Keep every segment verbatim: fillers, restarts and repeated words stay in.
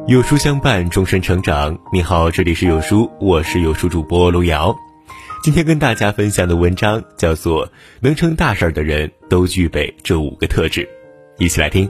有书相伴，终身成长。你好，这里是有书，我是有书主播路遥。今天跟大家分享的文章叫做能成大事的人都具备这五个特质，一起来听。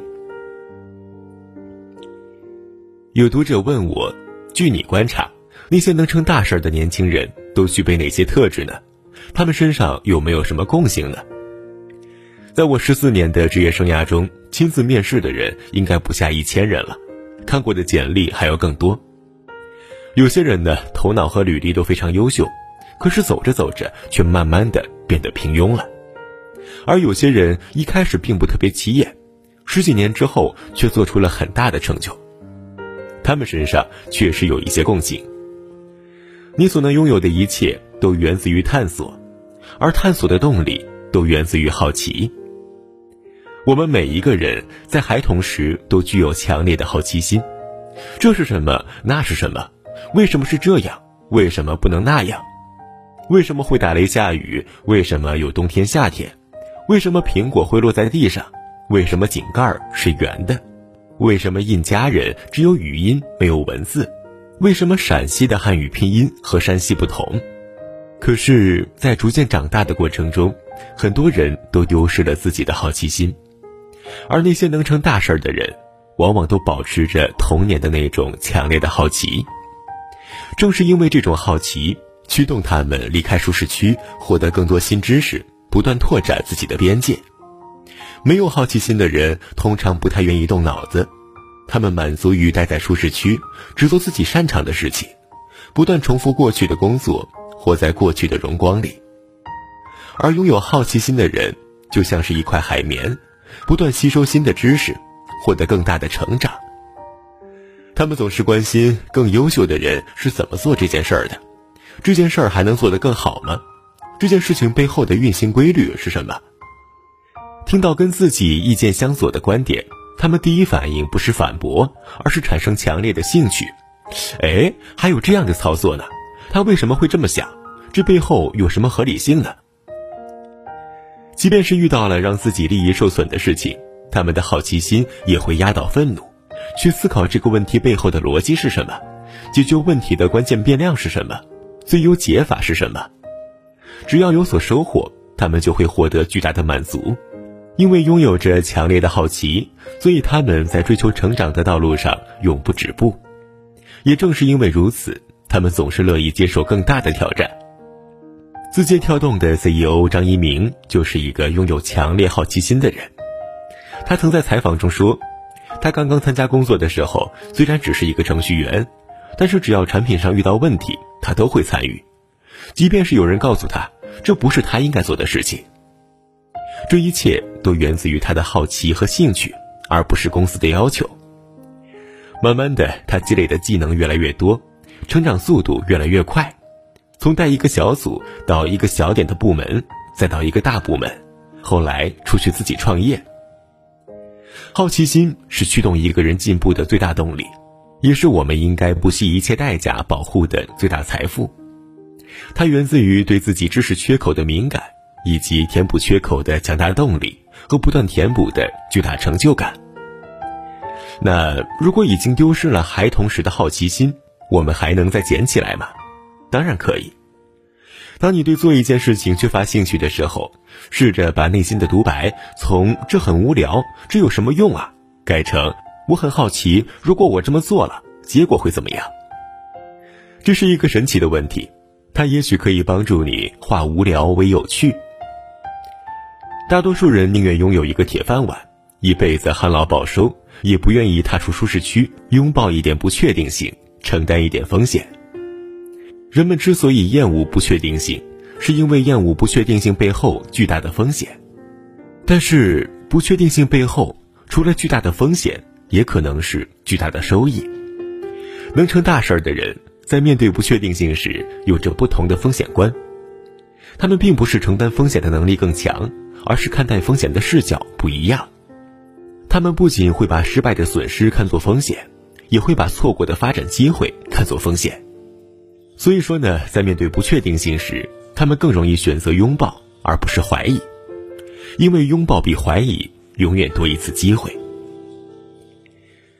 有读者问我，据你观察，那些能成大事的年轻人都具备哪些特质呢？他们身上有没有什么共性呢？在我十四年的职业生涯中，亲自面试的人应该不下一千人了，看过的简历还要更多。有些人呢，头脑和履历都非常优秀，可是走着走着却慢慢的变得平庸了。而有些人一开始并不特别起眼，十几年之后却做出了很大的成就。他们身上确实有一些共性。你所能拥有的一切都源自于探索，而探索的动力都源自于好奇。我们每一个人在孩童时都具有强烈的好奇心，这是什么？那是什么？为什么是这样？为什么不能那样？为什么会打雷下雨？为什么有冬天夏天？为什么苹果会落在地上？为什么井盖是圆的？为什么印加人只有语音没有文字？为什么陕西的汉语拼音和山西不同？可是在逐渐长大的过程中，很多人都丢失了自己的好奇心，而那些能成大事的人往往都保持着童年的那种强烈的好奇。正是因为这种好奇驱动他们离开舒适区，获得更多新知识，不断拓展自己的边界。没有好奇心的人通常不太愿意动脑子，他们满足于待在舒适区，只做自己擅长的事情，不断重复过去的工作，活在过去的荣光里。而拥有好奇心的人就像是一块海绵，不断吸收新的知识，获得更大的成长。他们总是关心更优秀的人是怎么做这件事儿的，这件事儿还能做得更好吗？这件事情背后的运行规律是什么？听到跟自己意见相左的观点，他们第一反应不是反驳，而是产生强烈的兴趣。哎，还有这样的操作呢？他为什么会这么想？这背后有什么合理性呢？即便是遇到了让自己利益受损的事情，他们的好奇心也会压倒愤怒，去思考这个问题背后的逻辑是什么，解决问题的关键变量是什么，最优解法是什么。只要有所收获，他们就会获得巨大的满足。因为拥有着强烈的好奇，所以他们在追求成长的道路上永不止步。也正是因为如此，他们总是乐意接受更大的挑战。字节跳动的 C E O 张一鸣就是一个拥有强烈好奇心的人。他曾在采访中说，他刚刚参加工作的时候，虽然只是一个程序员，但是只要产品上遇到问题，他都会参与，即便是有人告诉他这不是他应该做的事情。这一切都源自于他的好奇和兴趣，而不是公司的要求。慢慢的，他积累的技能越来越多，成长速度越来越快，从带一个小组到一个小点的部门，再到一个大部门，后来出去自己创业。好奇心是驱动一个人进步的最大动力，也是我们应该不惜一切代价保护的最大财富。它源自于对自己知识缺口的敏感，以及填补缺口的强大动力和不断填补的巨大成就感。那如果已经丢失了孩童时的好奇心，我们还能再捡起来吗？当然可以。当你对做一件事情缺乏兴趣的时候，试着把内心的独白从这很无聊，这有什么用啊，改成我很好奇，如果我这么做了，结果会怎么样？这是一个神奇的问题，它也许可以帮助你化无聊为有趣。大多数人宁愿拥有一个铁饭碗，一辈子旱涝保收，也不愿意踏出舒适区，拥抱一点不确定性，承担一点风险。人们之所以厌恶不确定性，是因为厌恶不确定性背后巨大的风险。但是不确定性背后，除了巨大的风险，也可能是巨大的收益。能成大事的人，在面对不确定性时，有着不同的风险观。他们并不是承担风险的能力更强，而是看待风险的视角不一样。他们不仅会把失败的损失看作风险，也会把错过的发展机会看作风险。所以说呢，在面对不确定性时，他们更容易选择拥抱，而不是怀疑。因为拥抱比怀疑永远多一次机会。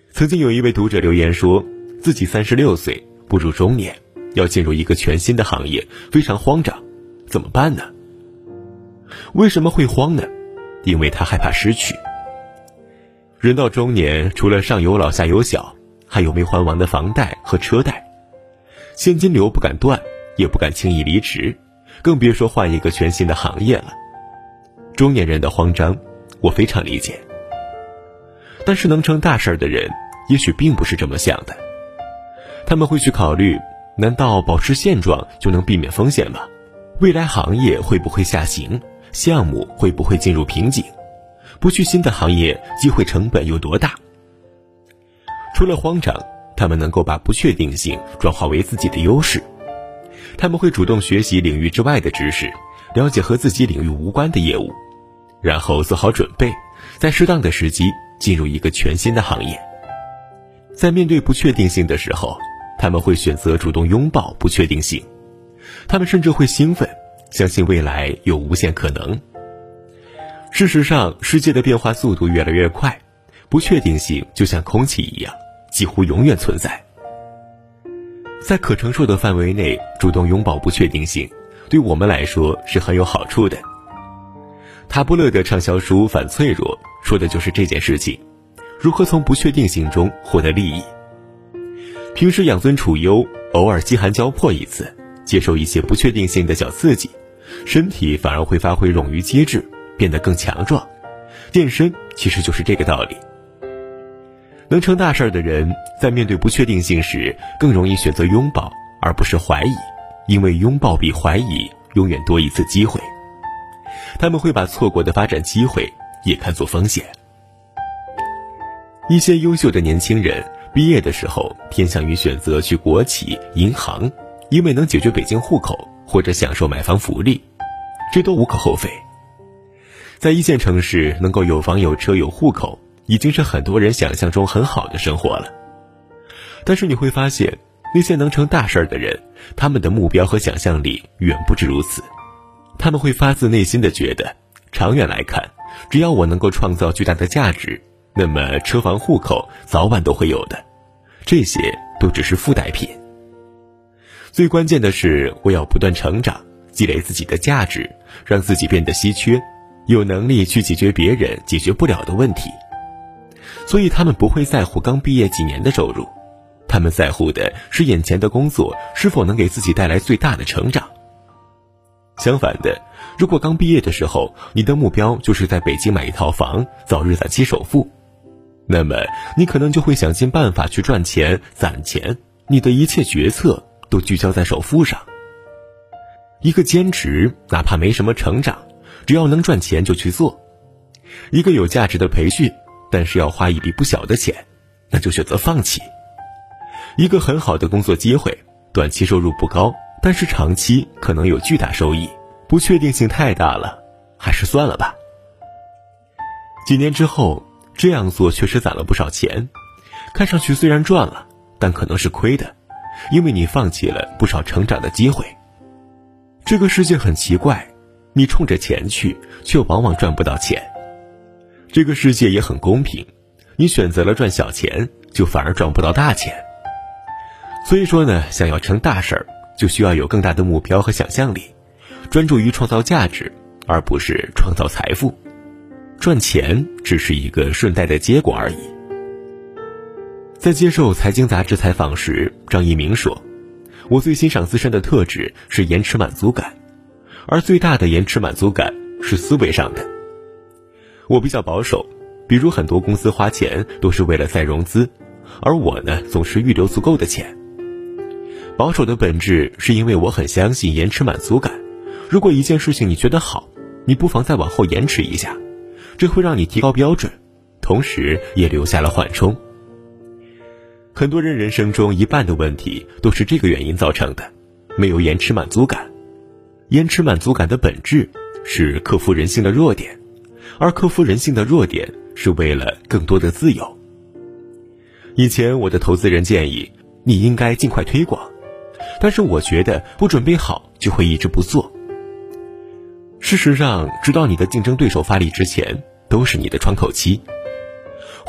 曾经有一位读者留言说，自己三十六岁步入中年，要进入一个全新的行业，非常慌张，怎么办呢？为什么会慌呢？因为他害怕失去。人到中年，除了上有老下有小，还有没还完的房贷和车贷，现金流不敢断，也不敢轻易离职，更别说换一个全新的行业了。中年人的慌张，我非常理解。但是能成大事的人，也许并不是这么想的。他们会去考虑，难道保持现状就能避免风险吗？未来行业会不会下行？项目会不会进入瓶颈？不去新的行业，机会成本有多大？除了慌张，他们能够把不确定性转化为自己的优势。他们会主动学习领域之外的知识，了解和自己领域无关的业务，然后做好准备，在适当的时机进入一个全新的行业。在面对不确定性的时候，他们会选择主动拥抱不确定性，他们甚至会兴奋，相信未来有无限可能。事实上，世界的变化速度越来越快，不确定性就像空气一样，几乎永远存在。在可承受的范围内，主动拥抱不确定性，对我们来说是很有好处的。塔布勒的畅销书《反脆弱》说的就是这件事情，如何从不确定性中获得利益。平时养尊处优，偶尔饥寒交迫一次，接受一些不确定性的小刺激，身体反而会发挥冗余机制，变得更强壮。健身其实就是这个道理。能成大事的人，在面对不确定性时，更容易选择拥抱，而不是怀疑，因为拥抱比怀疑永远多一次机会。他们会把错过的发展机会也看作风险。一些优秀的年轻人毕业的时候偏向于选择去国企、银行，因为能解决北京户口或者享受买房福利，这都无可厚非。在一线城市能够有房有车有户口，已经是很多人想象中很好的生活了。但是你会发现，那些能成大事的人，他们的目标和想象力远不止如此。他们会发自内心的觉得，长远来看，只要我能够创造巨大的价值，那么车房户口早晚都会有的，这些都只是附带品。最关键的是，我要不断成长，积累自己的价值，让自己变得稀缺，有能力去解决别人解决不了的问题。所以他们不会在乎刚毕业几年的收入，他们在乎的是眼前的工作是否能给自己带来最大的成长。相反的，如果刚毕业的时候，你的目标就是在北京买一套房，早日攒齐首付，那么你可能就会想尽办法去赚钱、攒钱，你的一切决策都聚焦在首付上。一个兼职，哪怕没什么成长，只要能赚钱就去做。一个有价值的培训，但是要花一笔不小的钱，那就选择放弃。一个很好的工作机会，短期收入不高，但是长期可能有巨大收益，不确定性太大了，还是算了吧。几年之后，这样做确实攒了不少钱，看上去虽然赚了，但可能是亏的，因为你放弃了不少成长的机会。这个世界很奇怪，你冲着钱去，却往往赚不到钱。这个世界也很公平，你选择了赚小钱，就反而赚不到大钱。所以说呢，想要成大事儿，就需要有更大的目标和想象力，专注于创造价值，而不是创造财富。赚钱只是一个顺带的结果而已。在接受财经杂志采访时，张一鸣说，我最欣赏自身的特质是延迟满足感，而最大的延迟满足感是思维上的。我比较保守，比如很多公司花钱都是为了再融资，而我呢，总是预留足够的钱。保守的本质是因为我很相信延迟满足感，如果一件事情你觉得好，你不妨再往后延迟一下，这会让你提高标准，同时也留下了缓冲。很多人人生中一半的问题都是这个原因造成的，没有延迟满足感。延迟满足感的本质是克服人性的弱点，而克服人性的弱点是为了更多的自由。以前我的投资人建议你应该尽快推广，但是我觉得不准备好就会一直不做。事实上，直到你的竞争对手发力之前，都是你的窗口期。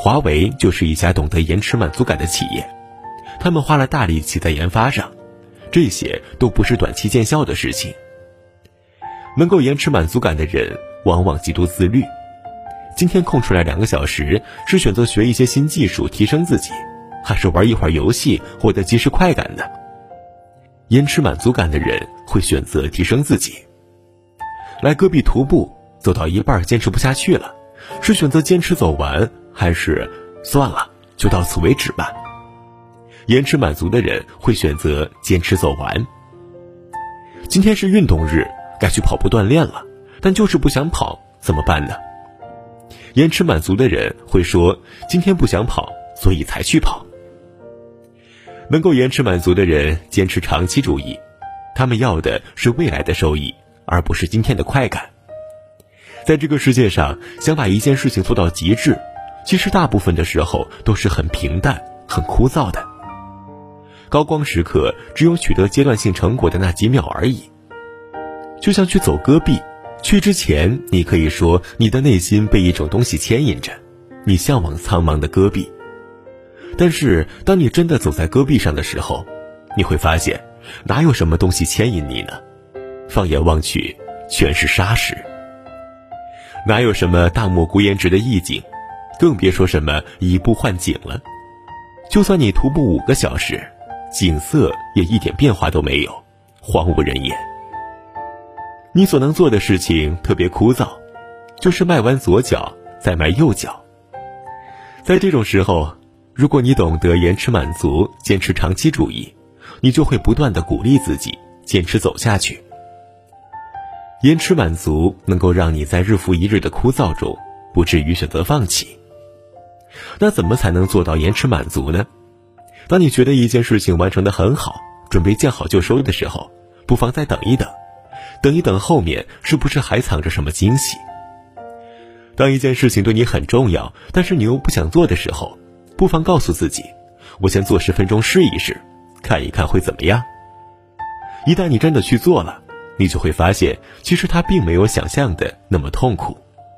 华为就是一家懂得延迟满足感的企业，他们花了大力气在研发上，这些都不是短期见效的事情。能够延迟满足感的人往往极度自律，今天空出来两个小时，是选择学一些新技术提升自己，还是玩一会儿游戏获得即时快感呢？延迟满足感的人会选择提升自己。来戈壁徒步，走到一半坚持不下去了，是选择坚持走完，还是算了，就到此为止吧？延迟满足的人会选择坚持走完。今天是运动日，该去跑步锻炼了，但就是不想跑，怎么办呢？延迟满足的人会说，今天不想跑，所以才去跑。能够延迟满足的人坚持长期主义，他们要的是未来的收益，而不是今天的快感。在这个世界上，想把一件事情做到极致，其实大部分的时候都是很平淡、很枯燥的。高光时刻只有取得阶段性成果的那几秒而已。就像去走戈壁，去之前你可以说你的内心被一种东西牵引着，你向往苍茫的戈壁。但是当你真的走在戈壁上的时候，你会发现哪有什么东西牵引你呢？放眼望去，全是沙石。哪有什么大漠孤烟直的意境，更别说什么移步换景了。就算你徒步五个小时，景色也一点变化都没有，荒无人烟。你所能做的事情特别枯燥，就是迈完左脚再迈右脚。在这种时候，如果你懂得延迟满足，坚持长期主义，你就会不断地鼓励自己坚持走下去。延迟满足能够让你在日复一日的枯燥中不至于选择放弃。那怎么才能做到延迟满足呢？当你觉得一件事情完成得很好，准备见好就收的时候，不妨再等一等，等一等后面是不是还藏着什么惊喜？当一件事情对你很重要，但是你又不想做的时候，不妨告诉自己，我先做十分钟试一试，看一看会怎么样。一旦你真的去做了，你就会发现，其实它并没有想象的那么痛苦。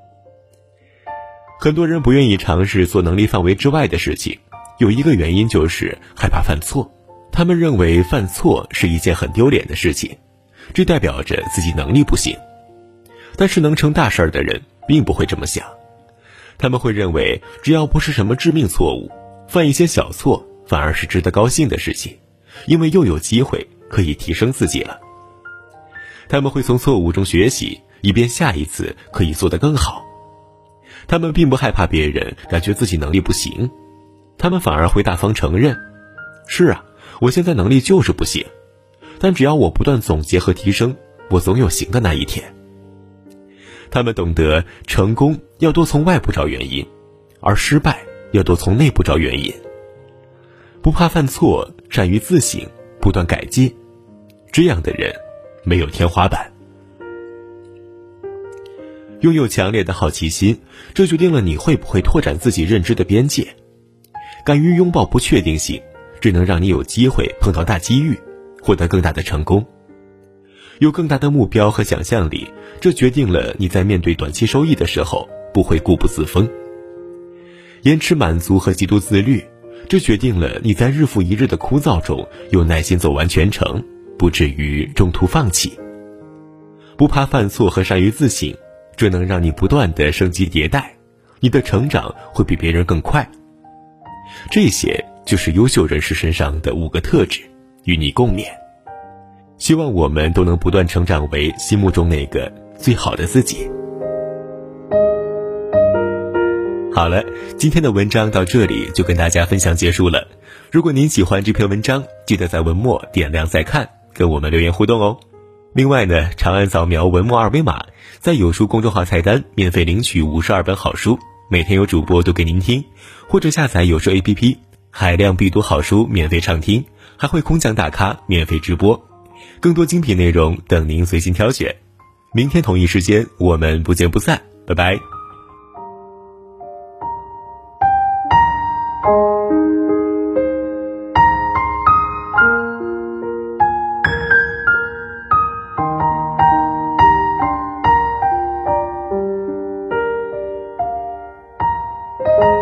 很多人不愿意尝试做能力范围之外的事情，有一个原因就是害怕犯错。他们认为犯错是一件很丢脸的事情，这代表着自己能力不行。但是能成大事的人并不会这么想，他们会认为只要不是什么致命错误，犯一些小错反而是值得高兴的事情，因为又有机会可以提升自己了。他们会从错误中学习，以便下一次可以做得更好。他们并不害怕别人感觉自己能力不行，他们反而会大方承认，是啊，我现在能力就是不行，但只要我不断总结和提升，我总有行的那一天。他们懂得成功要多从外部找原因，而失败要多从内部找原因。不怕犯错，善于自省，不断改进，这样的人没有天花板。拥有强烈的好奇心，这决定了你会不会拓展自己认知的边界。敢于拥抱不确定性，这能让你有机会碰到大机遇，获得更大的成功。有更大的目标和想象力，这决定了你在面对短期收益的时候不会固步自封。延迟满足和极度自律，这决定了你在日复一日的枯燥中有耐心走完全程，不至于中途放弃。不怕犯错和善于自省，这能让你不断的升级迭代，你的成长会比别人更快。这些就是优秀人士身上的五个特质，与你共勉。希望我们都能不断成长为心目中那个最好的自己。好了，今天的文章到这里就跟大家分享结束了。如果您喜欢这篇文章，记得在文末点亮再看，跟我们留言互动哦。另外呢，长按扫描文末二维码，在有书公众号菜单免费领取五十二本好书，每天有主播读给您听，或者下载有书 A P P， 海量必读好书免费畅听，还会空降大咖免费直播，更多精品内容等您随心挑选。明天同一时间我们不见不散，拜拜。 you